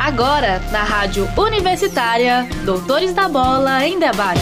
Agora, na Rádio Universitária, Doutores da Bola em Debate.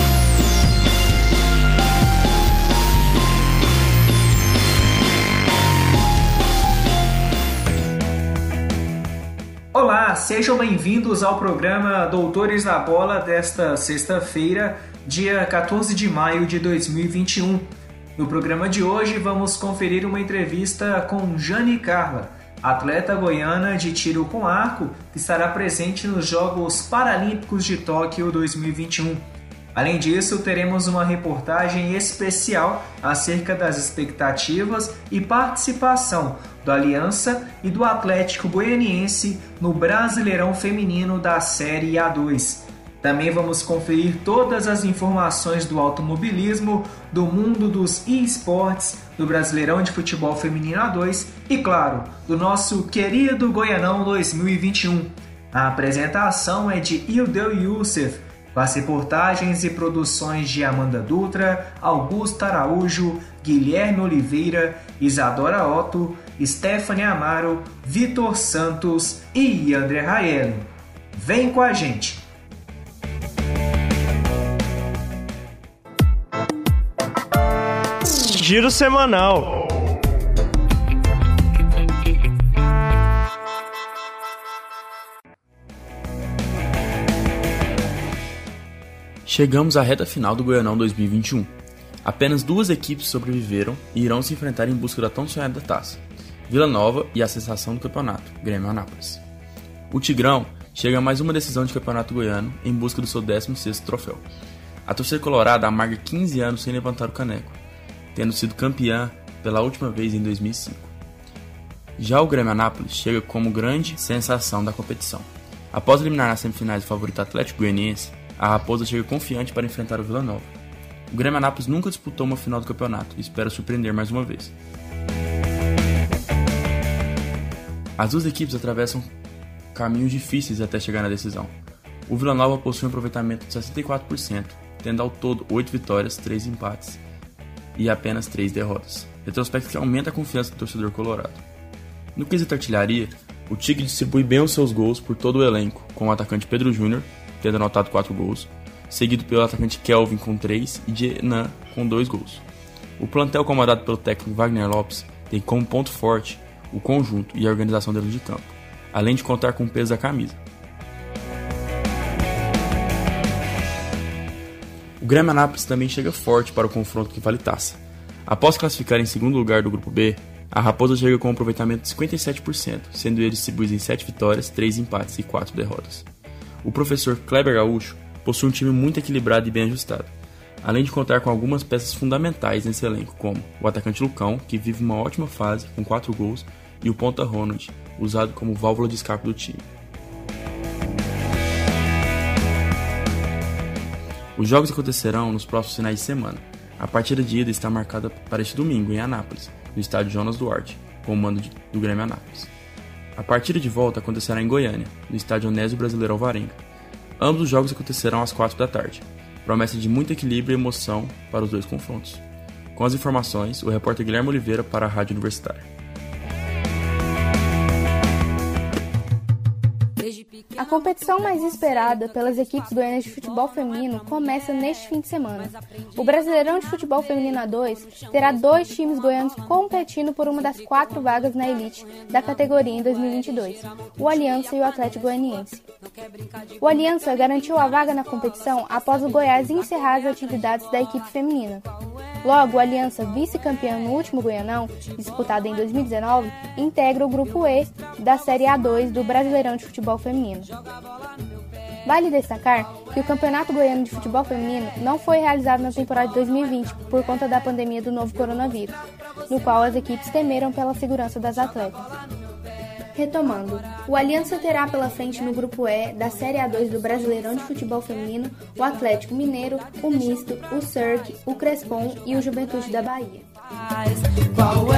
Olá, sejam bem-vindos ao programa Doutores da Bola desta sexta-feira, dia 14 de maio de 2021. No programa de hoje vamos conferir uma entrevista com Jane Carla, atleta goiana de tiro com arco que estará presente nos Jogos Paralímpicos de Tóquio 2021. Além disso, teremos uma reportagem especial acerca das expectativas e participação do Aliança e do Atlético Goianiense no Brasileirão Feminino da Série A2. Também vamos conferir todas as informações do automobilismo, do mundo dos e-sports, do Brasileirão de Futebol Feminino A2 e, claro, do nosso querido Goianão 2021. A apresentação é de Ildeu Youssef, com as reportagens e produções de Amanda Dutra, Augusto Araújo, Guilherme Oliveira, Isadora Otto, Stephanie Amaro, Vitor Santos e André Raeli. Vem com a gente! Giro semanal. Chegamos à reta final do Goianão 2021. Apenas duas equipes sobreviveram e irão se enfrentar em busca da tão sonhada taça: Vila Nova e a sensação do campeonato, Grêmio Anápolis. O Tigrão chega a mais uma decisão de campeonato goiano em busca do seu 16º troféu. A torcida colorada amarga 15 anos sem levantar o caneco, tendo sido campeã pela última vez em 2005. Já o Grêmio Anápolis chega como grande sensação da competição. Após eliminar nas semifinais o favorito Atlético Goianiense, a Raposa chega confiante para enfrentar o Vila Nova. O Grêmio Anápolis nunca disputou uma final do campeonato e espera surpreender mais uma vez. As duas equipes atravessam caminhos difíceis até chegar na decisão. O Vila Nova possui um aproveitamento de 64%, tendo ao todo 8 vitórias, 3 empates e apenas 3 derrotas, retrospecto que aumenta a confiança do torcedor colorado. No quesito artilharia, o Tigre distribui bem os seus gols por todo o elenco, com o atacante Pedro Júnior, tendo anotado 4 gols, seguido pelo atacante Kelvin com 3 e Jenan com 2 gols. O plantel comandado pelo técnico Wagner Lopes tem como ponto forte o conjunto e a organização dentro de campo, além de contar com o peso da camisa. O Grêmio Anápolis também chega forte para o confronto que vale taça. Após classificar em segundo lugar do grupo B, a Raposa chega com um aproveitamento de 57%, sendo eles distribuídos em 7 vitórias, 3 empates e 4 derrotas. O professor Kleber Gaúcho possui um time muito equilibrado e bem ajustado, além de contar com algumas peças fundamentais nesse elenco, como o atacante Lucão, que vive uma ótima fase com 4 gols, e o ponta Ronald, usado como válvula de escape do time. Os jogos acontecerão nos próximos finais de semana. A partida de ida está marcada para este domingo em Anápolis, no estádio Jonas Duarte, com o mando do Grêmio Anápolis. A partida de volta acontecerá em Goiânia, no estádio Onésio Brasileiro Alvarenga. Ambos os jogos acontecerão às 4 da tarde. Promessa de muito equilíbrio e emoção para os dois confrontos. Com as informações, o repórter Guilherme Oliveira para a Rádio Universitária. A competição mais esperada pelas equipes goianas de futebol feminino começa neste fim de semana. O Brasileirão de Futebol Feminino A2 terá 2 times goianos competindo por uma das 4 vagas na elite da categoria em 2022, o Aliança e o Atlético Goianiense. O Aliança garantiu a vaga na competição após o Goiás encerrar as atividades da equipe feminina. Logo, o Aliança, vice-campeão no último Goianão, disputado em 2019, integra o Grupo E da Série A2 do Brasileirão de Futebol Feminino. Vale destacar que o Campeonato Goiano de Futebol Feminino não foi realizado na temporada de 2020 por conta da pandemia do novo coronavírus, no qual as equipes temeram pela segurança das atletas. Retomando, o Aliança terá pela frente no Grupo E da Série A2 do Brasileirão de Futebol Feminino o Atlético Mineiro, o Misto, o Cirque, o Crespon e o Juventude da Bahia. Qual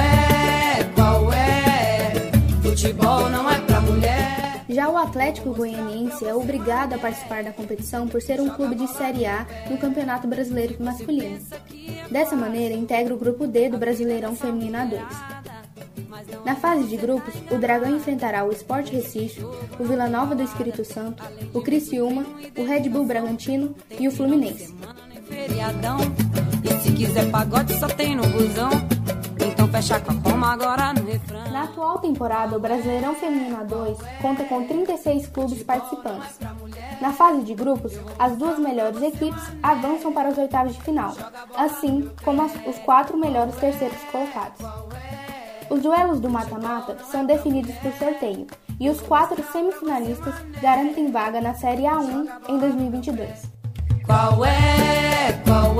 é? Futebol não é pra mulher. Já o Atlético Goianiense é obrigado a participar da competição por ser um clube de Série A no Campeonato Brasileiro Masculino. Dessa maneira, integra o Grupo D do Brasileirão Feminino A2. Na fase de grupos, o Dragão enfrentará o Sport Recife, o Vila Nova do Espírito Santo, o Criciúma, o Red Bull Bragantino e o Fluminense. Feriadão, e se quiser pagode só tem no busão. Então fecha com a palma agora no refrão. Na atual temporada, o Brasileirão Feminino A2 conta com 36 clubes participantes. Na fase de grupos, as 2 melhores equipes avançam para os oitavos de final, assim como os 4 melhores terceiros colocados. Os duelos do mata-mata são definidos por sorteio e os 4 semifinalistas garantem vaga na Série A1 em 2022. Qual é?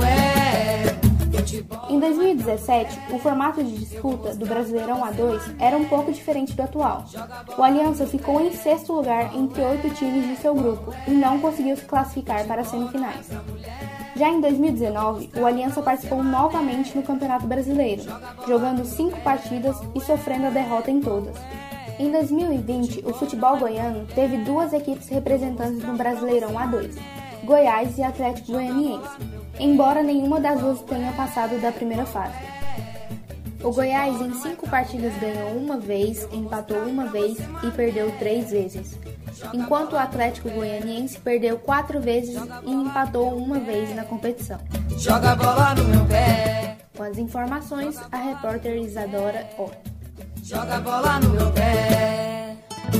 Em 2017, o formato de disputa do Brasileirão A2 era um pouco diferente do atual. O Aliança ficou em 6º lugar entre 8 times de seu grupo e não conseguiu se classificar para as semifinais. Já em 2019, o Aliança participou novamente no Campeonato Brasileiro, jogando 5 partidas e sofrendo a derrota em todas. Em 2020, o futebol goiano teve 2 equipes representantes no Brasileirão A2, Goiás e Atlético Goianiense, embora nenhuma das 2 tenha passado da primeira fase. O Goiás em 5 partidas ganhou 1 vez, empatou 1 vez e perdeu 3 vezes, enquanto o Atlético Goianiense perdeu 4 vezes e empatou 1 vez na competição. Joga a bola no meu pé. Com as informações, a repórter Isadora O. Joga a bola no meu pé.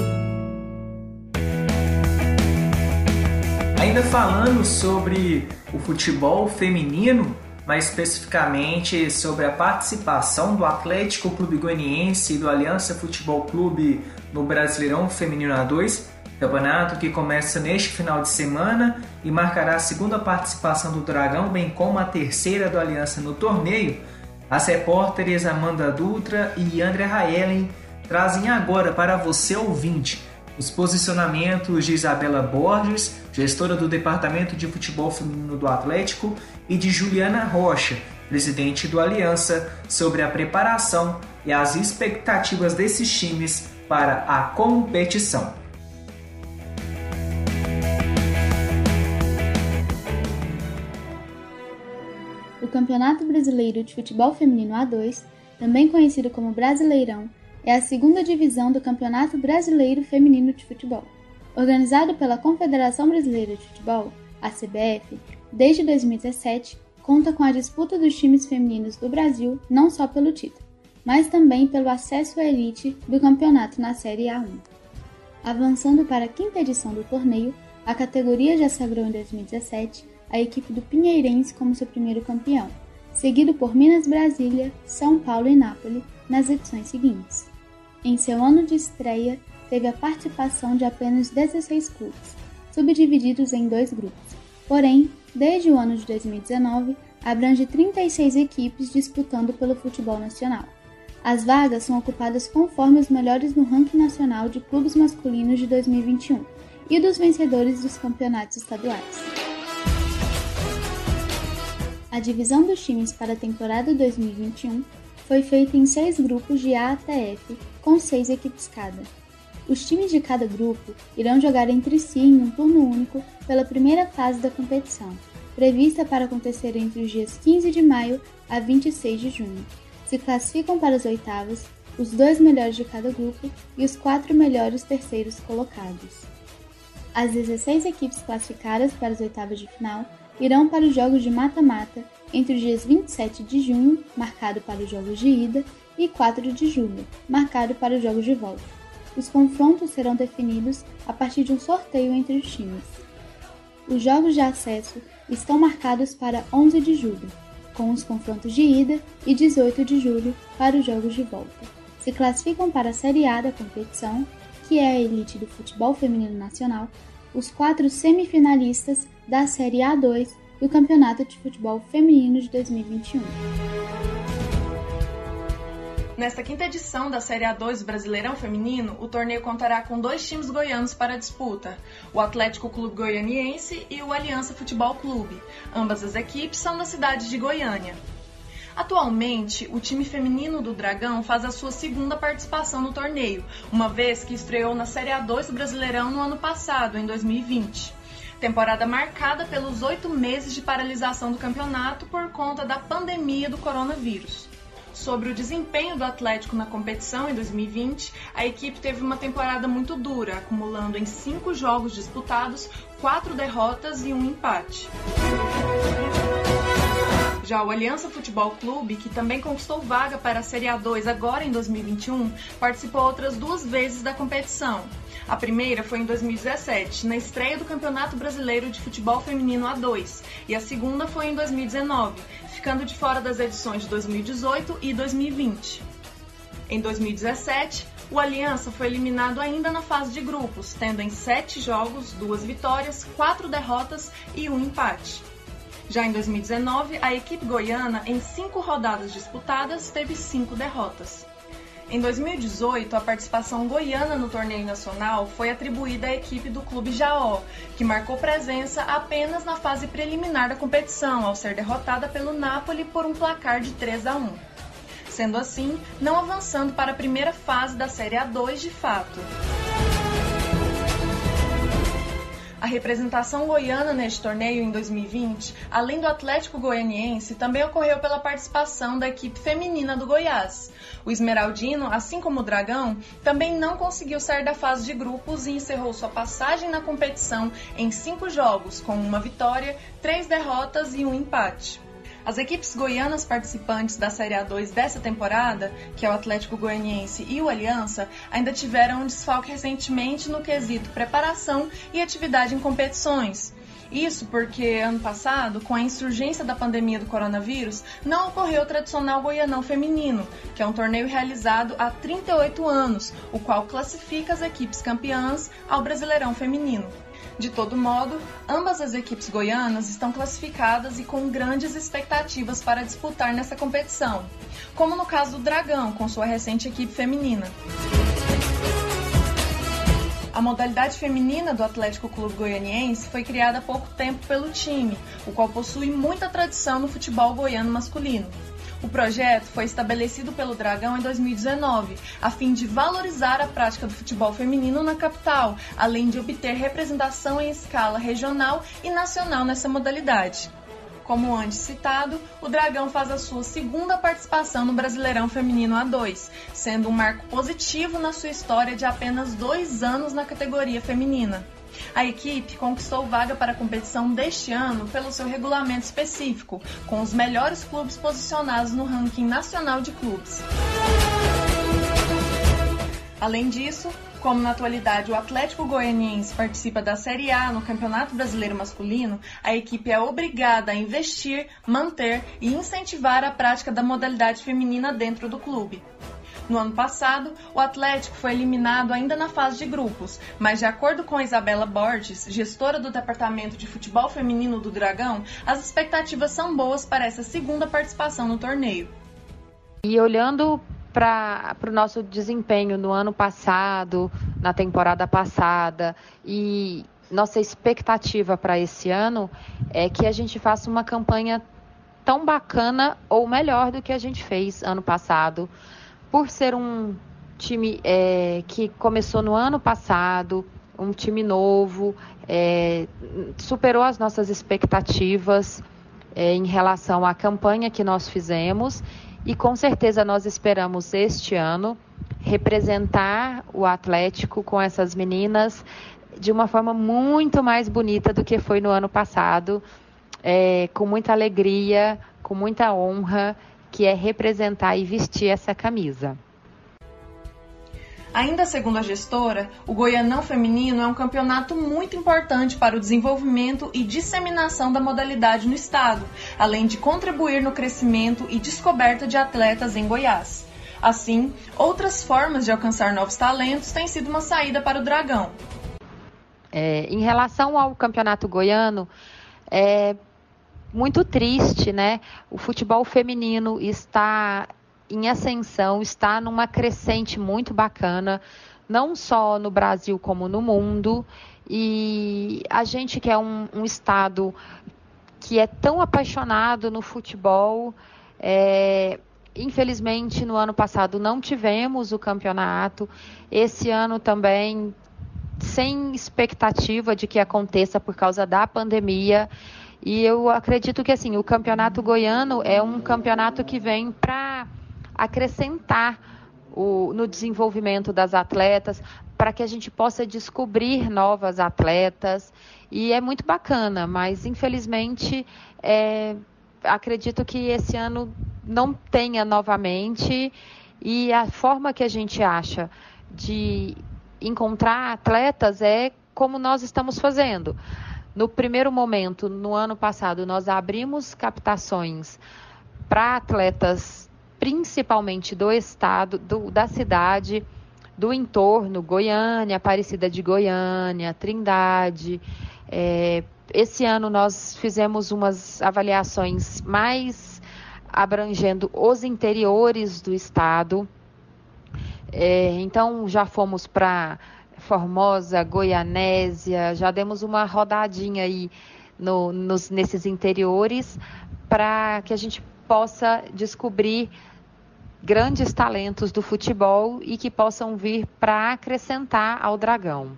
Ainda falando sobre o futebol feminino, mais especificamente sobre a participação do Atlético Clube Goianiense e do Aliança Futebol Clube no Brasileirão Feminino A2, campeonato que começa neste final de semana e marcará a 2ª participação do Dragão, bem como a 3ª do Aliança no torneio. As repórteres Amanda Dutra e Andrea Raelen trazem agora para você, ouvinte, os posicionamentos de Isabela Borges, gestora do Departamento de Futebol Feminino do Atlético, e de Juliana Rocha, presidente do Aliança, sobre a preparação e as expectativas desses times para a competição. O Campeonato Brasileiro de Futebol Feminino A2, também conhecido como Brasileirão, é a 2ª divisão do Campeonato Brasileiro Feminino de Futebol. Organizado pela Confederação Brasileira de Futebol, a CBF, desde 2017, conta com a disputa dos times femininos do Brasil não só pelo título, mas também pelo acesso à elite do campeonato na Série A1. Avançando para a 5ª edição do torneio, a categoria já sagrou em 2017 a equipe do Pinheirense como seu primeiro campeão, seguido por Minas Brasília, São Paulo e Nápoles nas edições seguintes. Em seu ano de estreia, teve a participação de apenas 16 clubes, subdivididos em 2 grupos. Porém, desde o ano de 2019, abrange 36 equipes disputando pelo futebol nacional. As vagas são ocupadas conforme os melhores no ranking nacional de clubes masculinos de 2021 e dos vencedores dos campeonatos estaduais. A divisão dos times para a temporada 2021 foi feita em 6 grupos de A até F, com 6 equipes cada. Os times de cada grupo irão jogar entre si em um turno único pela primeira fase da competição, prevista para acontecer entre os dias 15 de maio a 26 de junho. Se classificam para as oitavas os 2 melhores de cada grupo e os 4 melhores terceiros colocados. As 16 equipes classificadas para as oitavas de final irão para os jogos de mata-mata entre os dias 27 de junho, marcado para os jogos de ida, e 4 de julho, marcado para os jogos de volta. Os confrontos serão definidos a partir de um sorteio entre os times. Os jogos de acesso estão marcados para 11 de julho, com os confrontos de ida, e 18 de julho para os jogos de volta. Se classificam para a Série A da competição, que é a elite do futebol feminino nacional, os 4 semifinalistas da Série A2 do Campeonato de Futebol Feminino de 2021. Nesta 5ª edição da Série A2 do Brasileirão Feminino, o torneio contará com 2 times goianos para a disputa, o Atlético Clube Goianiense e o Aliança Futebol Clube. Ambas as equipes são da cidade de Goiânia. Atualmente, o time feminino do Dragão faz a sua 2ª participação no torneio, uma vez que estreou na Série A2 do Brasileirão no ano passado, em 2020. Temporada marcada pelos 8 meses de paralisação do campeonato por conta da pandemia do coronavírus. Sobre o desempenho do Atlético na competição em 2020, a equipe teve uma temporada muito dura, acumulando em 5 jogos disputados 4 derrotas e 1 empate. Já o Aliança Futebol Clube, que também conquistou vaga para a Série A2 agora em 2021, participou outras 2 vezes da competição. A primeira foi em 2017, na estreia do Campeonato Brasileiro de Futebol Feminino A2, e a segunda foi em 2019, ficando de fora das edições de 2018 e 2020. Em 2017, o Aliança foi eliminado ainda na fase de grupos, tendo em 7 jogos 2 vitórias, 4 derrotas e 1 empate. Já em 2019, a equipe goiana, em 5 rodadas disputadas, teve 5 derrotas. Em 2018, a participação goiana no torneio nacional foi atribuída à equipe do Clube Jaó, que marcou presença apenas na fase preliminar da competição, ao ser derrotada pelo Napoli por um placar de 3-1. Sendo assim, não avançando para a primeira fase da Série A2 de fato. A representação goiana neste torneio em 2020, além do Atlético Goianiense, também ocorreu pela participação da equipe feminina do Goiás. O Esmeraldino, assim como o Dragão, também não conseguiu sair da fase de grupos e encerrou sua passagem na competição em 5 jogos, com 1 vitória, 3 derrotas e 1 empate. As equipes goianas participantes da Série A2 dessa temporada, que é o Atlético Goianiense e o Aliança, ainda tiveram um desfalque recentemente no quesito preparação e atividade em competições. Isso porque, ano passado, com a insurgência da pandemia do coronavírus, não ocorreu o tradicional Goianão Feminino, que é um torneio realizado há 38 anos, o qual classifica as equipes campeãs ao Brasileirão Feminino. De todo modo, ambas as equipes goianas estão classificadas e com grandes expectativas para disputar nessa competição, como no caso do Dragão, com sua recente equipe feminina. A modalidade feminina do Atlético Clube Goianiense foi criada há pouco tempo pelo time, o qual possui muita tradição no futebol goiano masculino. O projeto foi estabelecido pelo Dragão em 2019, a fim de valorizar a prática do futebol feminino na capital, além de obter representação em escala regional e nacional nessa modalidade. Como antes citado, o Dragão faz a sua 2ª participação no Brasileirão Feminino A2, sendo um marco positivo na sua história de apenas 2 anos na categoria feminina. A equipe conquistou vaga para a competição deste ano pelo seu regulamento específico, com os melhores clubes posicionados no ranking nacional de clubes. Além disso, como na atualidade o Atlético Goianiense participa da Série A no Campeonato Brasileiro Masculino, a equipe é obrigada a investir, manter e incentivar a prática da modalidade feminina dentro do clube. No ano passado, o Atlético foi eliminado ainda na fase de grupos, mas de acordo com Isabela Borges, gestora do Departamento de Futebol Feminino do Dragão, as expectativas são boas para essa 2ª participação no torneio. E olhando para o nosso desempenho no ano passado, na temporada passada, e nossa expectativa para esse ano é que a gente faça uma campanha tão bacana ou melhor do que a gente fez ano passado. Por ser um time que começou no ano passado, um time novo, superou as nossas expectativas em relação à campanha que nós fizemos e com certeza nós esperamos este ano representar o Atlético com essas meninas de uma forma muito mais bonita do que foi no ano passado, com muita alegria, com muita honra, que é representar e vestir essa camisa. Ainda segundo a gestora, o Goianão Feminino é um campeonato muito importante para o desenvolvimento e disseminação da modalidade no estado, além de contribuir no crescimento e descoberta de atletas em Goiás. Assim, outras formas de alcançar novos talentos têm sido uma saída para o Dragão. Em relação ao campeonato goiano, muito triste, né? O futebol feminino está em ascensão, está numa crescente muito bacana, não só no Brasil como no mundo. E a gente que é um estado que é tão apaixonado no futebol, infelizmente no ano passado não tivemos o campeonato, esse ano também sem expectativa de que aconteça por causa da pandemia. E eu acredito que assim, o campeonato goiano é um campeonato que vem para acrescentar no desenvolvimento das atletas, para que a gente possa descobrir novas atletas, e é muito bacana, mas infelizmente acredito que esse ano não tenha novamente, e a forma que a gente acha de encontrar atletas é como nós estamos fazendo. No primeiro momento, no ano passado, nós abrimos captações para atletas principalmente do estado, da cidade, do entorno, Goiânia, Aparecida de Goiânia, Trindade. Esse ano nós fizemos umas avaliações mais abrangendo os interiores do estado. Então já fomos para Formosa, Goianésia, já demos uma rodadinha aí nesses interiores, para que a gente possa descobrir grandes talentos do futebol e que possam vir para acrescentar ao Dragão.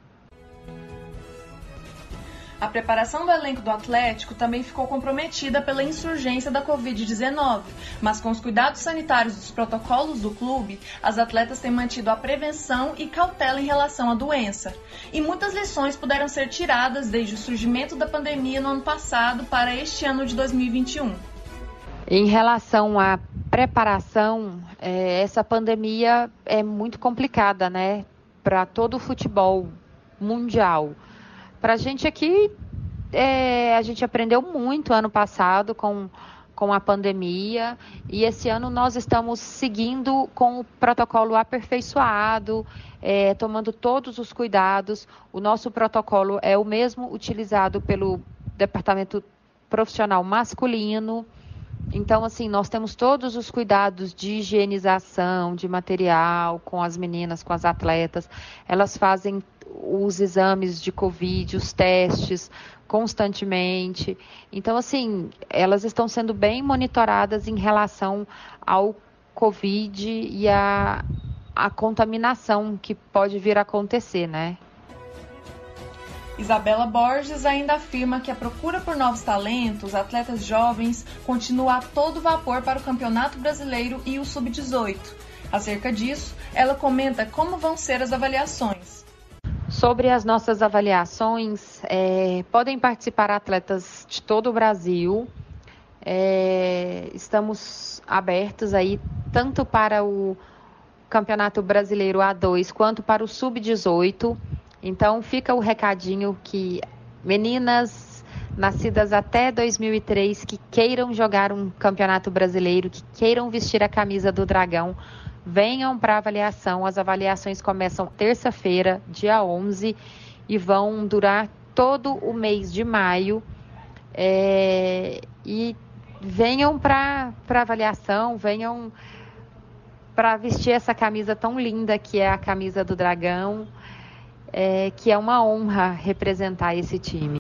A preparação do elenco do Atlético também ficou comprometida pela insurgência da Covid-19, mas com os cuidados sanitários dos protocolos do clube, as atletas têm mantido a prevenção e cautela em relação à doença. E muitas lições puderam ser tiradas desde o surgimento da pandemia no ano passado para este ano de 2021. Em relação à preparação, essa pandemia é muito complicada, né, para todo o futebol mundial. Para a gente aqui, a gente aprendeu muito ano passado com a pandemia, e esse ano nós estamos seguindo com o protocolo aperfeiçoado, tomando todos os cuidados. O nosso protocolo é o mesmo utilizado pelo departamento profissional masculino. Então, assim, nós temos todos os cuidados de higienização, de material, com as meninas, com as atletas. Elas fazem os exames de Covid, os testes constantemente. Então, assim, elas estão sendo bem monitoradas em relação ao Covid e a contaminação que pode vir a acontecer, né? Isabela Borges ainda afirma que a procura por novos talentos, atletas jovens, continua a todo vapor para o Campeonato Brasileiro e o Sub-18. Acerca disso, ela comenta como vão ser as avaliações. Sobre as nossas avaliações, podem participar atletas de todo o Brasil. Estamos abertos aí tanto para o Campeonato Brasileiro A2 quanto para o Sub-18. Então fica o recadinho que meninas nascidas até 2003 que queiram jogar um Campeonato Brasileiro, que queiram vestir a camisa do Dragão, venham para a avaliação. As avaliações começam terça-feira, dia 11, e vão durar todo o mês de maio. E venham para a avaliação, venham para vestir essa camisa tão linda que é a camisa do Dragão, que é uma honra representar esse time.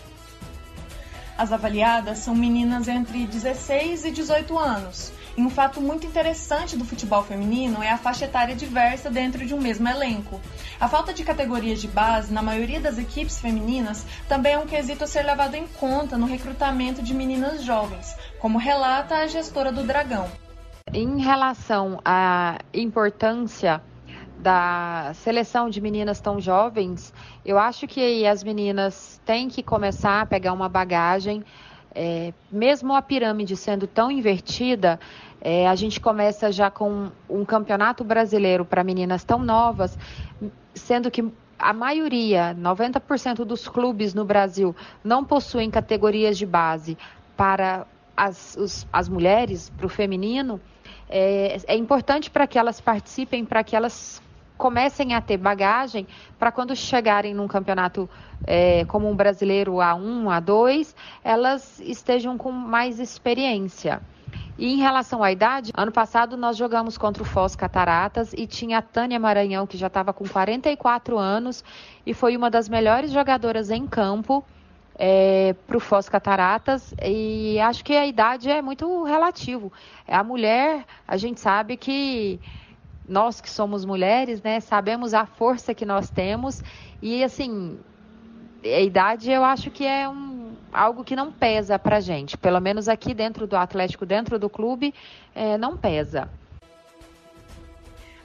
As avaliadas são meninas entre 16 e 18 anos. E um fato muito interessante do futebol feminino é a faixa etária diversa dentro de um mesmo elenco. A falta de categorias de base na maioria das equipes femininas também é um quesito a ser levado em conta no recrutamento de meninas jovens, como relata a gestora do Dragão. Em relação à importância da seleção de meninas tão jovens, eu acho que as meninas têm que começar a pegar uma bagagem, mesmo a pirâmide sendo tão invertida, a gente começa já com um campeonato brasileiro para meninas tão novas, sendo que a maioria, 90% dos clubes no Brasil não possuem categorias de base para as mulheres, para o feminino. É importante para que elas participem, para que elas comecem a ter bagagem, para quando chegarem num campeonato como um brasileiro A1, A2, elas estejam com mais experiência. E em relação à idade, ano passado nós jogamos contra o Foz Cataratas e tinha a Tânia Maranhão, que já estava com 44 anos e foi uma das melhores jogadoras em campo para o Foz Cataratas, e acho que a idade é muito relativo. A mulher, a gente sabe que nós que somos mulheres, né, sabemos a força que nós temos, e assim, a idade eu acho que é algo que não pesa pra gente, pelo menos aqui dentro do Atlético, dentro do clube, não pesa.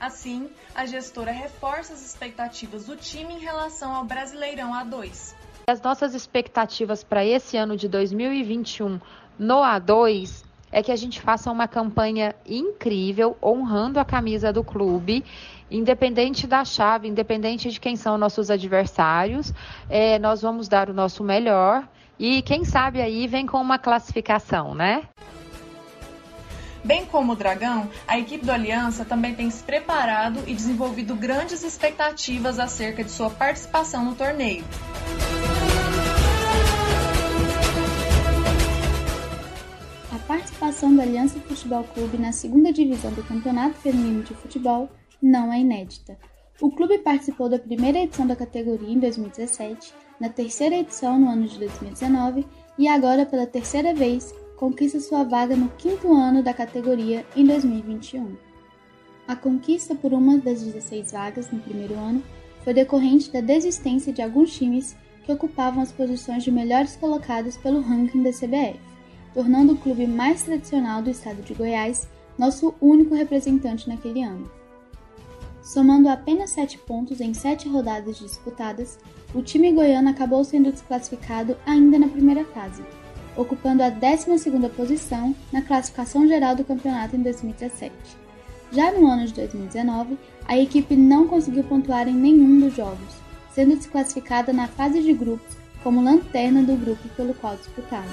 Assim, a gestora reforça as expectativas do time em relação ao Brasileirão A2. As nossas expectativas para esse ano de 2021 no A2 é que a gente faça uma campanha incrível, honrando a camisa do clube, independente da chave, independente de quem são nossos adversários. Nós vamos dar o nosso melhor e quem sabe aí vem com uma classificação, né? Bem como o Dragão, a equipe do Aliança também tem se preparado e desenvolvido grandes expectativas acerca de sua participação no torneio. A participação do Aliança Futebol Clube na segunda divisão do Campeonato Feminino de Futebol não é inédita. O clube participou da primeira edição da categoria em 2017, na terceira edição no ano de 2019 e agora, pela terceira vez, conquista sua vaga no quinto ano da categoria em 2021. A conquista por uma das 16 vagas no primeiro ano foi decorrente da desistência de alguns times que ocupavam as posições de melhores colocados pelo ranking da CBF, tornando o clube mais tradicional do estado de Goiás nosso único representante naquele ano. Somando apenas 7 pontos em 7 rodadas disputadas, o time goiano acabou sendo desclassificado ainda na primeira fase, ocupando a 12ª posição na classificação geral do campeonato em 2017. Já no ano de 2019, a equipe não conseguiu pontuar em nenhum dos jogos, sendo desclassificada na fase de grupos como lanterna do grupo pelo qual disputava.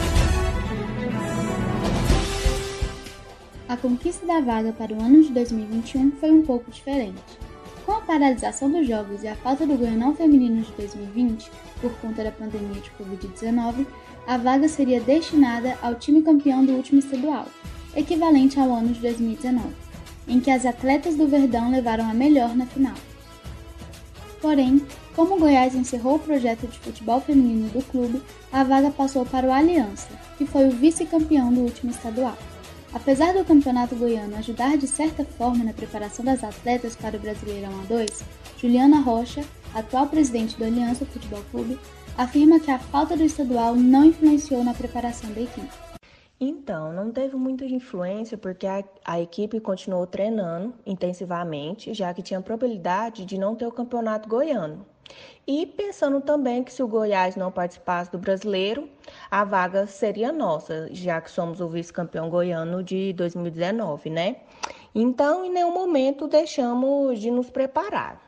A conquista da vaga para o ano de 2021 foi um pouco diferente. Com a paralisação dos jogos e a falta do Goianão feminino de 2020, por conta da pandemia de Covid-19, a vaga seria destinada ao time campeão do último estadual, equivalente ao ano de 2019, em que as atletas do Verdão levaram a melhor na final. Porém, como o Goiás encerrou o projeto de futebol feminino do clube, a vaga passou para o Aliança, que foi o vice-campeão do último estadual. Apesar do campeonato goiano ajudar de certa forma na preparação das atletas para o Brasileirão A2, Juliana Rocha, atual presidente do Aliança Futebol Clube, afirma que a falta do estadual não influenciou na preparação da equipe. Então, não teve muita influência porque a equipe continuou treinando intensivamente, já que tinha probabilidade de não ter o campeonato goiano. E pensando também que se o Goiás não participasse do Brasileiro, a vaga seria nossa, já que somos o vice-campeão goiano de 2019, né? Então, em nenhum momento deixamos de nos preparar.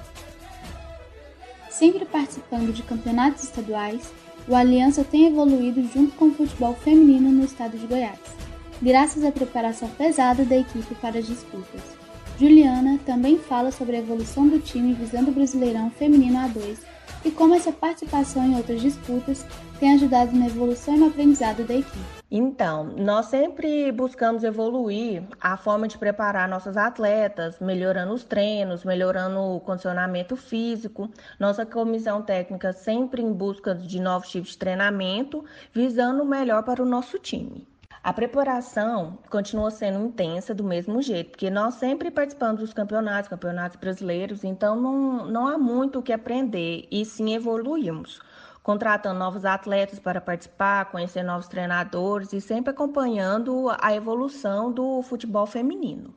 Sempre participando de campeonatos estaduais, o Aliança tem evoluído junto com o futebol feminino no estado de Goiás, graças à preparação pesada da equipe para as disputas. Juliana também fala sobre a evolução do time visando o Brasileirão Feminino A2 e como essa participação em outras disputas tem ajudado na evolução e no aprendizado da equipe. Então, nós sempre buscamos evoluir a forma de preparar nossas atletas, melhorando os treinos, melhorando o condicionamento físico. Nossa comissão técnica sempre em busca de novos tipos de treinamento, visando o melhor para o nosso time. A preparação continua sendo intensa do mesmo jeito, porque nós sempre participamos dos campeonatos brasileiros, então não há muito o que aprender e sim evoluímos, contratando novos atletas para participar, conhecer novos treinadores e sempre acompanhando a evolução do futebol feminino.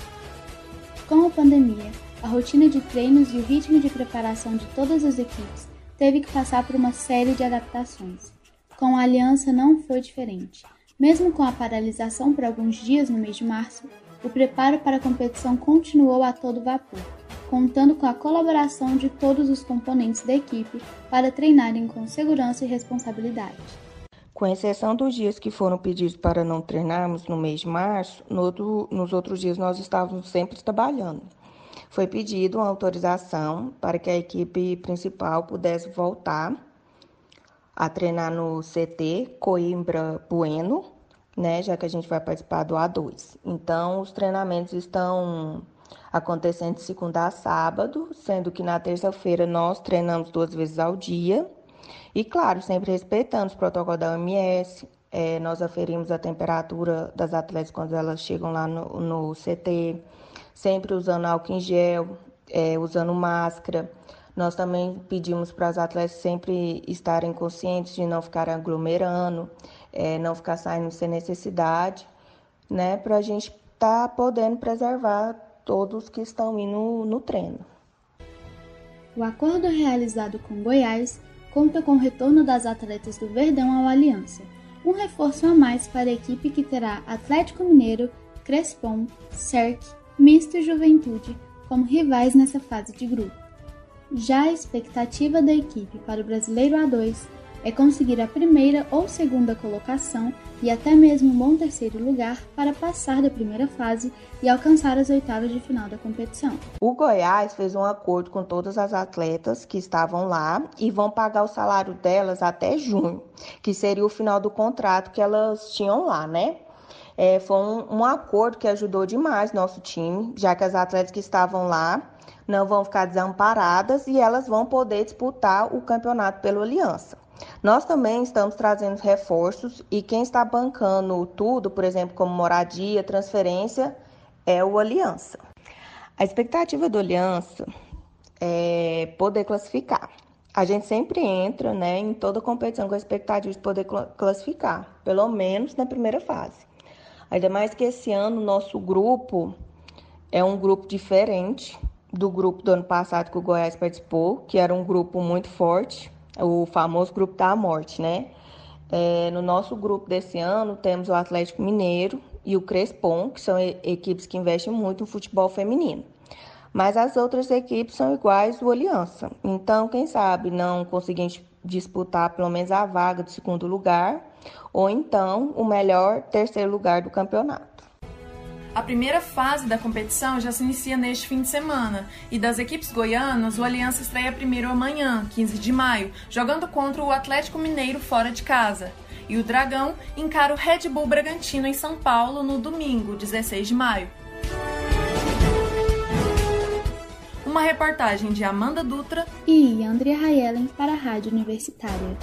Com a pandemia, a rotina de treinos e o ritmo de preparação de todas as equipes teve que passar por uma série de adaptações. Com a Aliança não foi diferente. Mesmo com a paralisação por alguns dias no mês de março, o preparo para a competição continuou a todo vapor, contando com a colaboração de todos os componentes da equipe para treinarem com segurança e responsabilidade. Com exceção dos dias que foram pedidos para não treinarmos no mês de março, nos outros dias nós estávamos sempre trabalhando. Foi pedido uma autorização para que a equipe principal pudesse voltar a treinar no CT Coimbra Bueno, né, já que a gente vai participar do A2. Então, os treinamentos estão acontecendo de segunda a sábado, sendo que na terça-feira nós treinamos 2 vezes ao dia. E, claro, sempre respeitando os protocolos da OMS, nós aferimos a temperatura das atletas quando elas chegam lá no CT, sempre usando álcool em gel, usando máscara. Nós também pedimos para as atletas sempre estarem conscientes de não ficarem aglomerando, não ficar saindo sem necessidade, né, para a gente estar podendo preservar todos que estão indo no treino. O acordo realizado com Goiás conta com o retorno das atletas do Verdão ao Aliança, um reforço a mais para a equipe que terá Atlético Mineiro, Crespon, Cerc, Misto e Juventude como rivais nessa fase de grupo. Já a expectativa da equipe para o Brasileiro A2 é conseguir a primeira ou segunda colocação e até mesmo um bom terceiro lugar para passar da primeira fase e alcançar as oitavas de final da competição. O Goiás fez um acordo com todas as atletas que estavam lá e vão pagar o salário delas até junho, que seria o final do contrato que elas tinham lá, né? Foi um acordo que ajudou demais nosso time, já que as atletas que estavam lá não vão ficar desamparadas e elas vão poder disputar o campeonato pelo Aliança. Nós também estamos trazendo reforços e quem está bancando tudo, por exemplo, como moradia, transferência, é o Aliança. A expectativa do Aliança é poder classificar. A gente sempre entra, né, em toda competição com a expectativa de poder classificar, pelo menos na primeira fase. Ainda mais que esse ano o nosso grupo é um grupo diferente do grupo do ano passado que o Goiás participou, que era um grupo muito forte. O famoso grupo da morte, né? No nosso grupo desse ano, temos o Atlético Mineiro e o Crespon, que são equipes que investem muito no futebol feminino. Mas as outras equipes são iguais ao Aliança. Então, quem sabe não conseguimos disputar pelo menos a vaga do segundo lugar, ou então o melhor terceiro lugar do campeonato. A primeira fase da competição já se inicia neste fim de semana e das equipes goianas, o Aliança estreia primeiro amanhã, 15 de maio, jogando contra o Atlético Mineiro fora de casa. E o Dragão encara o Red Bull Bragantino em São Paulo no domingo, 16 de maio. Uma reportagem de Amanda Dutra e Andrea Raellen para a Rádio Universitária.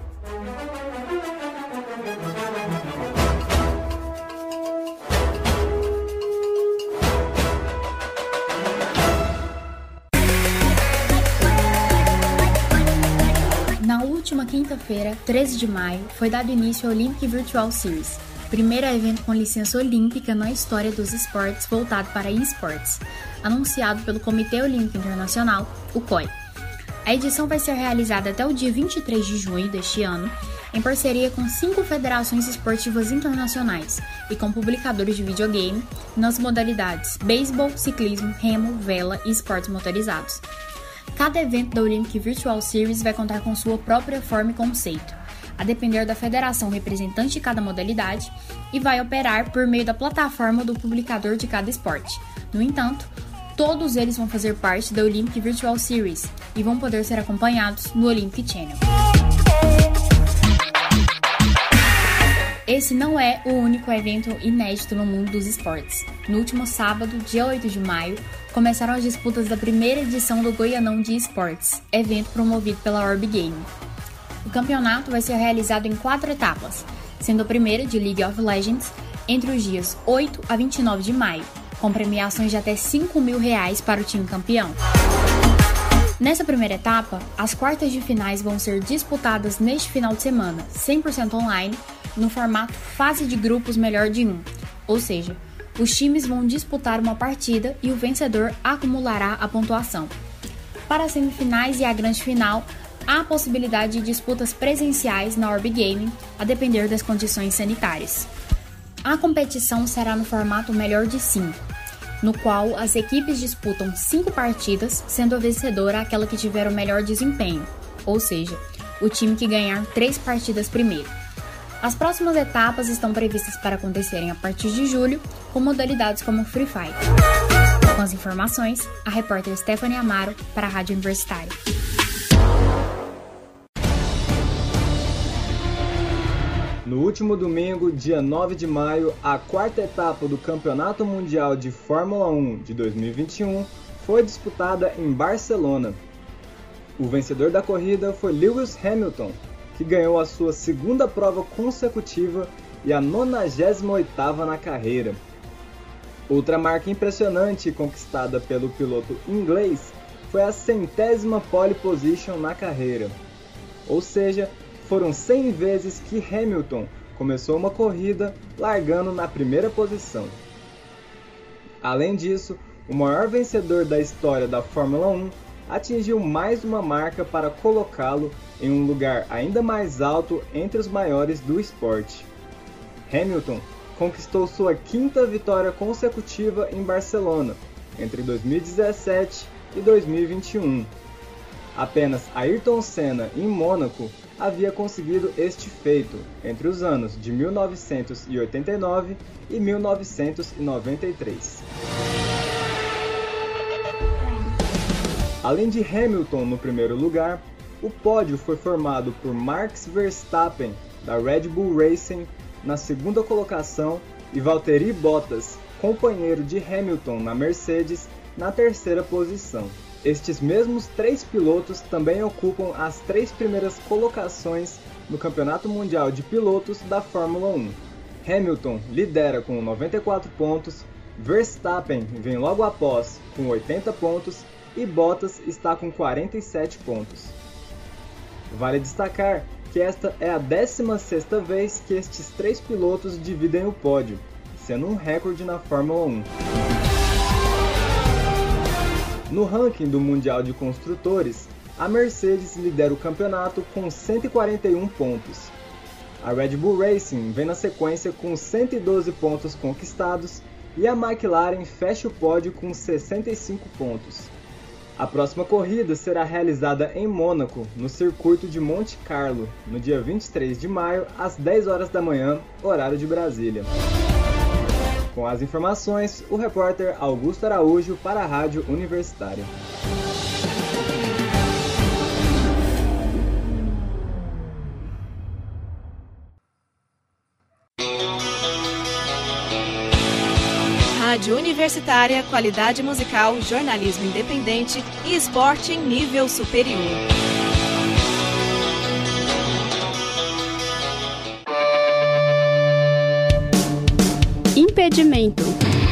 Na última quinta-feira, 13 de maio, foi dado início ao Olympic Virtual Series, primeiro evento com licença olímpica na história dos esportes voltado para esportes, anunciado pelo Comitê Olímpico Internacional, o COI. A edição vai ser realizada até o dia 23 de junho deste ano, em parceria com 5 federações esportivas internacionais e com publicadores de videogame nas modalidades beisebol, ciclismo, remo, vela e esportes motorizados. Cada evento da Olympic Virtual Series vai contar com sua própria forma e conceito, a depender da federação representante de cada modalidade, e vai operar por meio da plataforma do publicador de cada esporte. No entanto, todos eles vão fazer parte da Olympic Virtual Series e vão poder ser acompanhados no Olympic Channel. Esse não é o único evento inédito no mundo dos esportes. No último sábado, dia 8 de maio, começaram as disputas da primeira edição do Goianão de Esportes, evento promovido pela Orb Game. O campeonato vai ser realizado em 4 etapas, sendo a primeira de League of Legends entre os dias 8 a 29 de maio, com premiações de até R$5.000 para o time campeão. Nessa primeira etapa, as quartas de finais vão ser disputadas neste final de semana, 100% online, no formato fase de grupos melhor de 1, ou seja, os times vão disputar uma partida e o vencedor acumulará a pontuação. Para as semifinais e a grande final, há a possibilidade de disputas presenciais na Orb Gaming, a depender das condições sanitárias. A competição será no formato melhor de 5, no qual as equipes disputam 5 partidas, sendo a vencedora aquela que tiver o melhor desempenho, ou seja, o time que ganhar 3 partidas primeiro. As próximas etapas estão previstas para acontecerem a partir de julho, com modalidades como Free Fire. Com as informações, a repórter Stephanie Amaro para a Rádio Universitária. No último domingo, dia 9 de maio, a 4ª etapa do Campeonato Mundial de Fórmula 1 de 2021 foi disputada em Barcelona. O vencedor da corrida foi Lewis Hamilton, que ganhou a sua 2ª prova consecutiva e a 98ª na carreira. Outra marca impressionante conquistada pelo piloto inglês foi a 100ª pole position na carreira. Ou seja, foram 100 vezes que Hamilton começou uma corrida largando na primeira posição. Além disso, o maior vencedor da história da Fórmula 1, atingiu mais uma marca para colocá-lo em um lugar ainda mais alto entre os maiores do esporte. Hamilton conquistou sua 5ª vitória consecutiva em Barcelona, entre 2017 e 2021. Apenas Ayrton Senna, em Mônaco, havia conseguido este feito entre os anos de 1989 e 1993. Além de Hamilton no primeiro lugar, o pódio foi formado por Max Verstappen, da Red Bull Racing, na 2ª colocação, e Valtteri Bottas, companheiro de Hamilton na Mercedes, na 3ª posição. Estes mesmos 3 pilotos também ocupam as 3 primeiras colocações no Campeonato Mundial de Pilotos da Fórmula 1. Hamilton lidera com 94 pontos, Verstappen vem logo após com 80 pontos e Bottas está com 47 pontos. Vale destacar que esta é a 16ª vez que estes 3 pilotos dividem o pódio, sendo um recorde na Fórmula 1. No ranking do Mundial de Construtores, a Mercedes lidera o campeonato com 141 pontos. A Red Bull Racing vem na sequência com 112 pontos conquistados e a McLaren fecha o pódio com 65 pontos. A próxima corrida será realizada em Mônaco, no circuito de Monte Carlo, no dia 23 de maio, às 10 horas da manhã, horário de Brasília. Com as informações, o repórter Augusto Araújo para a Rádio Universitária. Rádio Universitária, qualidade musical, jornalismo independente e esporte em nível superior. Impedimento.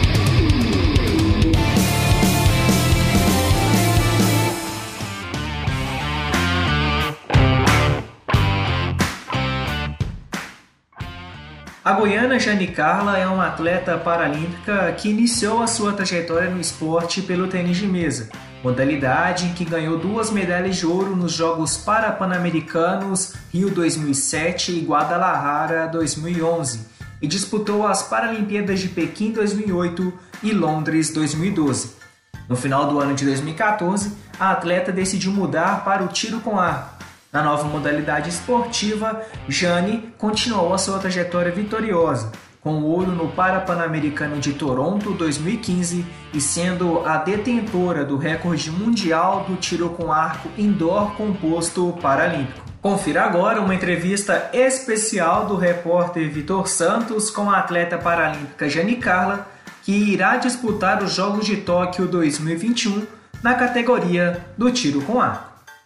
A goiana Jane Carla é uma atleta paralímpica que iniciou a sua trajetória no esporte pelo tênis de mesa, modalidade em que ganhou 2 medalhas de ouro nos Jogos Parapan-Americanos Rio 2007 e Guadalajara 2011, e disputou as Paralimpíadas de Pequim 2008 e Londres 2012. No final do ano de 2014, a atleta decidiu mudar para o tiro com arco. Na nova modalidade esportiva, Jane continuou a sua trajetória vitoriosa, com ouro no Parapan-Americano de Toronto 2015 e sendo a detentora do recorde mundial do tiro com arco indoor composto paralímpico. Confira agora uma entrevista especial do repórter Vitor Santos com a atleta paralímpica Jane Carla, que irá disputar os Jogos de Tóquio 2021 na categoria do tiro com arco.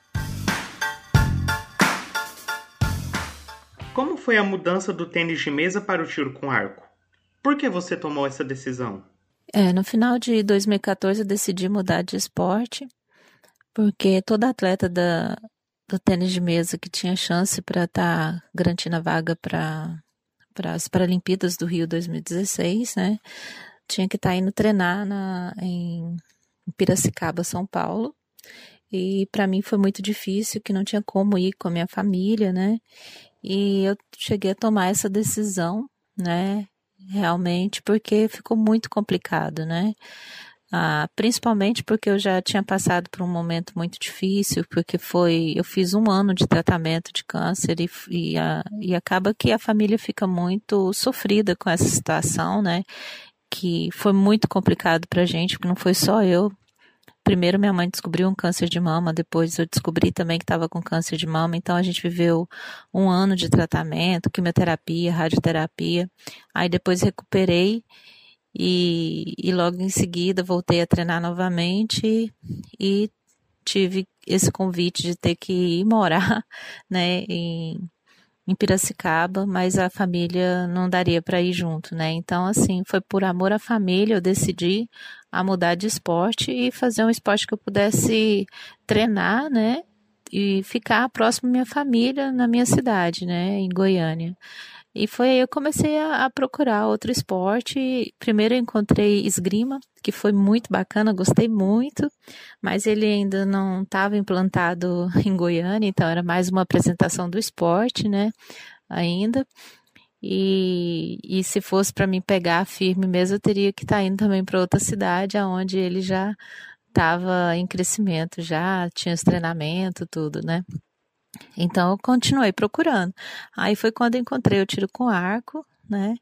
Como foi a mudança do tênis de mesa para o tiro com arco? Por que você tomou essa decisão? No final de 2014 eu decidi mudar de esporte, porque toda atleta do tênis de mesa que tinha chance para estar garantindo a vaga para as Paralimpíadas do Rio 2016, né, tinha que estar indo treinar em Piracicaba, São Paulo. E para mim foi muito difícil, que não tinha como ir com a minha família, né? E eu cheguei a tomar essa decisão, né? Realmente, porque ficou muito complicado, né? Principalmente porque eu já tinha passado por um momento muito difícil, porque eu fiz 1 ano de tratamento de câncer e acaba que a família fica muito sofrida com essa situação, né? Que foi muito complicado pra gente, porque não foi só eu. Primeiro minha mãe descobriu um câncer de mama, depois eu descobri também que estava com câncer de mama, então a gente viveu 1 ano de tratamento, quimioterapia, radioterapia, aí depois recuperei e logo em seguida voltei a treinar novamente e tive esse convite de ter que ir morar, né, em Piracicaba, mas a família não daria para ir junto, né? Então, assim, foi por amor à família, eu decidi a mudar de esporte e fazer um esporte que eu pudesse treinar, né? E ficar próximo à minha família na minha cidade, né? Em Goiânia. E foi aí que eu comecei a procurar outro esporte. Primeiro eu encontrei esgrima, que foi muito bacana, gostei muito, mas ele ainda não estava implantado em Goiânia, então era mais uma apresentação do esporte, né, ainda. E se fosse para mim pegar firme mesmo, eu teria que estar indo também para outra cidade, onde ele já estava em crescimento, já tinha os treinamentos, tudo, né? Então eu continuei procurando. Aí foi quando eu encontrei o tiro com arco, né?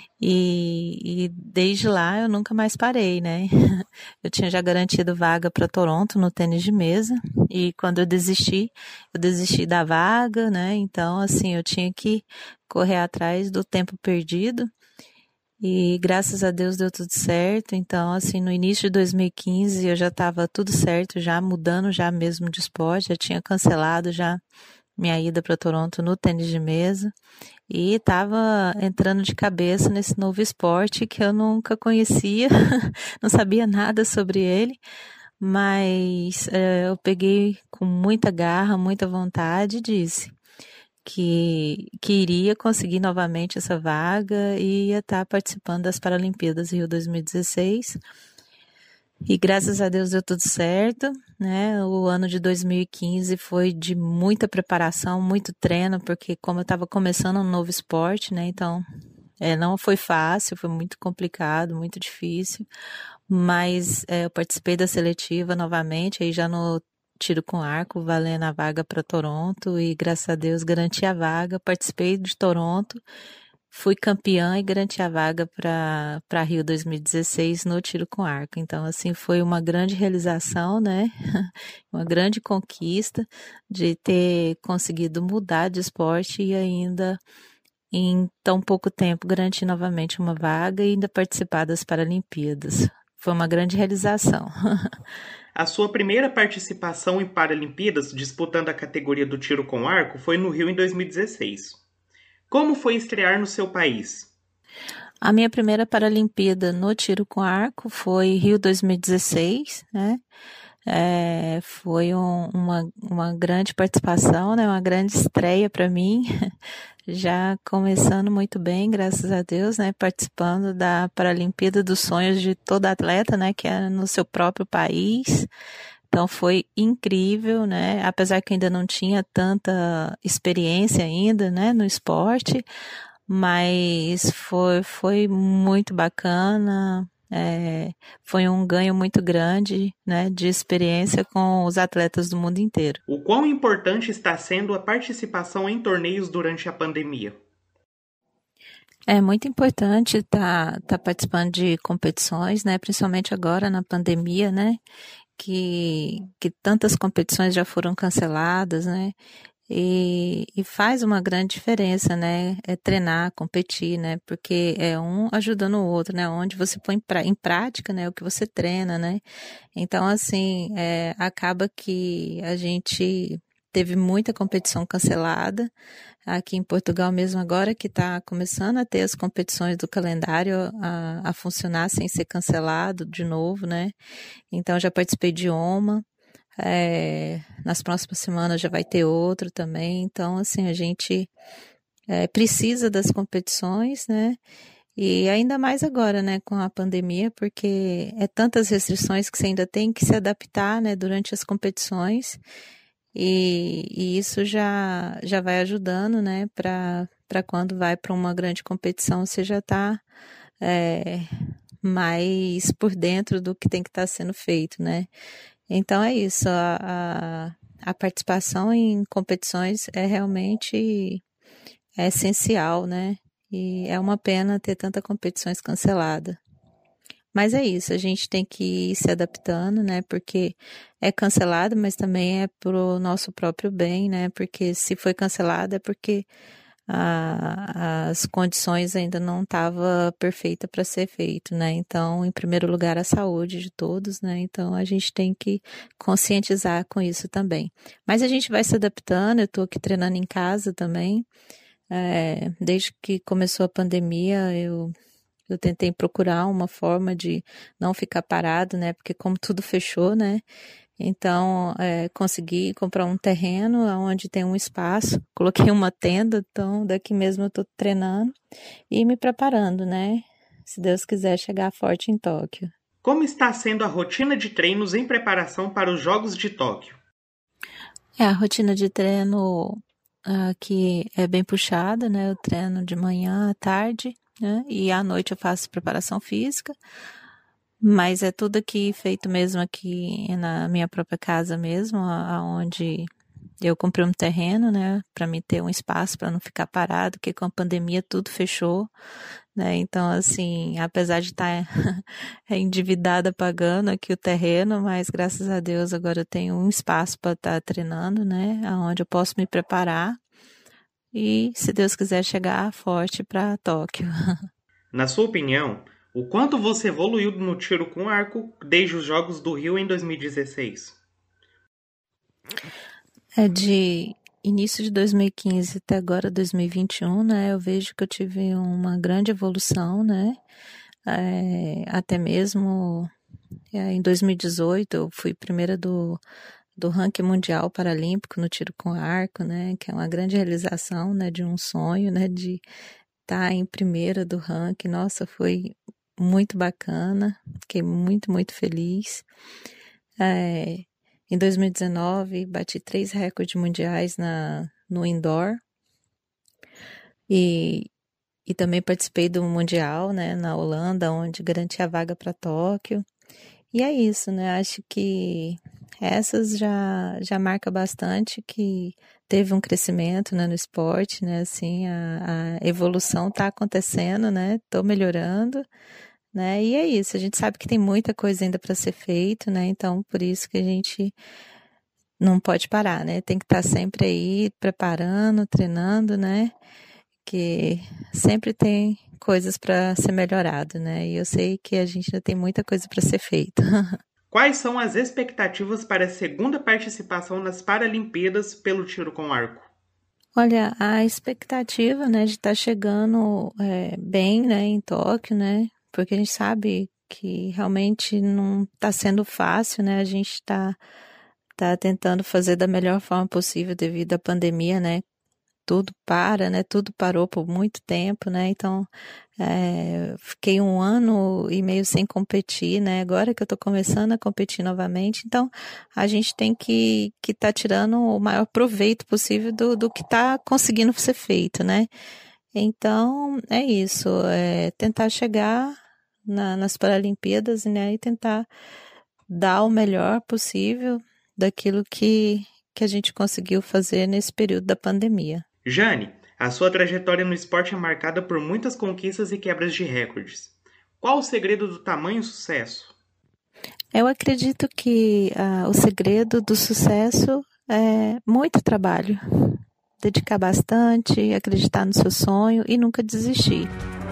E desde lá eu nunca mais parei, né? Eu tinha já garantido vaga para Toronto no tênis de mesa, e quando eu desisti da vaga, né? Então, assim, eu tinha que correr atrás do tempo perdido. E graças a Deus deu tudo certo. Então, assim, no início de 2015 eu já estava tudo certo, já mudando já mesmo de esporte, já tinha cancelado já minha ida para Toronto no tênis de mesa e estava entrando de cabeça nesse novo esporte que eu nunca conhecia, não sabia nada sobre ele, mas eu peguei com muita garra, muita vontade e disse que iria conseguir novamente essa vaga e ia estar participando das Paralimpíadas Rio 2016. E graças a Deus deu tudo certo, né? O ano de 2015 foi de muita preparação, muito treino, porque como eu estava começando um novo esporte, né? Então, não foi fácil, foi muito complicado, muito difícil, mas eu participei da seletiva novamente, aí já no tiro com arco, valendo a vaga para Toronto, e graças a Deus garanti a vaga, participei de Toronto, fui campeã e garanti a vaga para Rio 2016 no tiro com arco. Então, assim, foi uma grande realização, né? Uma grande conquista de ter conseguido mudar de esporte e ainda em tão pouco tempo garantir novamente uma vaga e ainda participar das Paralimpíadas. Foi uma grande realização. A sua primeira participação em Paralimpíadas, disputando a categoria do tiro com arco, foi no Rio em 2016. Como foi estrear no seu país? A minha primeira Paralimpíada no tiro com arco foi Rio 2016, né? Foi uma grande participação, né? Uma grande estreia para mim, já começando muito bem, graças a Deus, né? Participando da Paralimpíada dos sonhos de todo atleta, né? Que é no seu próprio país. Então foi incrível, né? Apesar que ainda não tinha tanta experiência ainda, né, no esporte, mas foi muito bacana. Foi um ganho muito grande, né, de experiência com os atletas do mundo inteiro. O quão importante está sendo a participação em torneios durante a pandemia? É muito importante tá participando de competições, né, principalmente agora na pandemia, né, que tantas competições já foram canceladas, né? E faz uma grande diferença, né? Treinar, competir, né? Porque é um ajudando o outro, né? Onde você põe em prática, né? O que você treina, né? Então, assim, acaba que a gente teve muita competição cancelada. Aqui em Portugal mesmo agora, que está começando a ter as competições do calendário a funcionar sem ser cancelado de novo, né? Então, já participei de uma. Nas próximas semanas já vai ter outro também. Então, assim, a gente precisa das competições, né? E ainda mais agora, né, com a pandemia, porque tantas restrições que você ainda tem que se adaptar, né, durante as competições. E isso já vai ajudando, né, para quando vai para uma grande competição, você já está mais por dentro do que tem que estar sendo feito, né. Então é isso, a participação em competições é realmente essencial, né, e é uma pena ter tantas competições canceladas. Mas é isso, a gente tem que ir se adaptando, né, porque é cancelado, mas também é pro nosso próprio bem, né, porque se foi cancelado é porque as condições ainda não estavam perfeitas para ser feito, né, então, em primeiro lugar, a saúde de todos, né, então a gente tem que conscientizar com isso também. Mas a gente vai se adaptando, eu estou aqui treinando em casa também, desde que começou a pandemia, eu tentei procurar uma forma de não ficar parado, né? Porque como tudo fechou, né? Então, consegui comprar um terreno onde tem um espaço, coloquei uma tenda, então daqui mesmo eu estou treinando e me preparando, né? Se Deus quiser chegar forte em Tóquio. Como está sendo a rotina de treinos em preparação para os Jogos de Tóquio? A rotina de treino aqui é bem puxada, né? Eu treino de manhã à tarde, né? E à noite eu faço preparação física. Mas é tudo aqui feito mesmo aqui na minha própria casa mesmo, onde eu comprei um terreno, né, para me ter um espaço para não ficar parado, porque com a pandemia tudo fechou, né? Então, assim, apesar de estar endividada pagando aqui o terreno, mas graças a Deus agora eu tenho um espaço para estar treinando, né, onde eu posso me preparar e, se Deus quiser, chegar forte para Tóquio. Na sua opinião, o quanto você evoluiu no tiro com arco desde os Jogos do Rio em 2016? De início de 2015 até agora 2021, né, eu vejo que eu tive uma grande evolução, né, até mesmo em 2018 eu fui primeira do ranking mundial paralímpico no tiro com arco, né, que é uma grande realização, né, de um sonho, né, de estar em primeira do ranking. Nossa, foi muito bacana, fiquei muito, muito feliz. Em 2019, bati 3 recordes mundiais no indoor e também participei do Mundial, né, na Holanda, onde garanti a vaga para Tóquio. E é isso, né, acho que essas já marca bastante que teve um crescimento, né, no esporte, né, assim, a evolução está acontecendo, né, estou melhorando, né, e é isso, a gente sabe que tem muita coisa ainda para ser feito, né, então por isso que a gente não pode parar, né, tem que estar sempre aí preparando, treinando, né, que sempre tem coisas para ser melhorado, né, e eu sei que a gente ainda tem muita coisa para ser feita. Quais são as expectativas para a segunda participação nas Paralimpíadas pelo tiro com arco? Olha, a expectativa, né, de estar chegando bem, né, em Tóquio, né, porque a gente sabe que realmente não está sendo fácil, né, a gente está tentando fazer da melhor forma possível devido à pandemia, né, tudo né, tudo parou por muito tempo, né, então fiquei 1 ano e meio sem competir, né, agora que eu tô começando a competir novamente, então a gente tem que tá tirando o maior proveito possível do que tá conseguindo ser feito, né, então é isso, tentar chegar nas Paralimpíadas, né, e tentar dar o melhor possível daquilo que a gente conseguiu fazer nesse período da pandemia. Jane, a sua trajetória no esporte é marcada por muitas conquistas e quebras de recordes. Qual o segredo do tamanho sucesso? Eu acredito que o segredo do sucesso é muito trabalho. Dedicar bastante, acreditar no seu sonho e nunca desistir.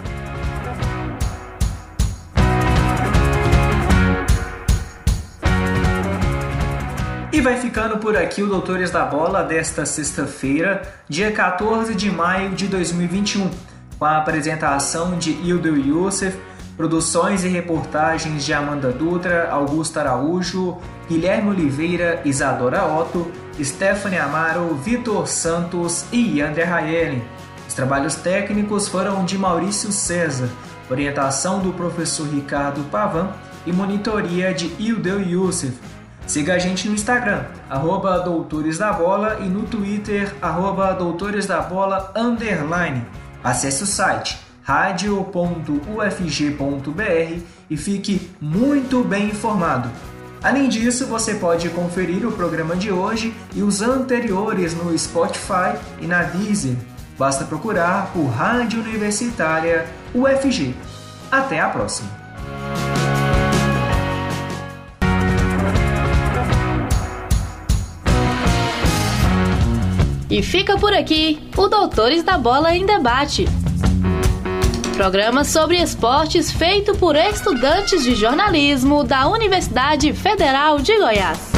E vai ficando por aqui o Doutores da Bola desta sexta-feira, dia 14 de maio de 2021, com a apresentação de Ildeu Youssef, produções e reportagens de Amanda Dutra, Augusto Araújo, Guilherme Oliveira, Isadora Otto, Stephanie Amaro, Vitor Santos e André Raeli. Os trabalhos técnicos foram de Maurício César, orientação do professor Ricardo Pavan e monitoria de Ildeu Youssef. Siga a gente no Instagram, @doutoresdabola e no Twitter, @doutoresdabola_. Acesse o site radio.ufg.br e fique muito bem informado. Além disso, você pode conferir o programa de hoje e os anteriores no Spotify e na Deezer. Basta procurar por Rádio Universitária UFG. Até a próxima! E fica por aqui o Doutores da Bola em Debate. Programa sobre esportes feito por estudantes de jornalismo da Universidade Federal de Goiás.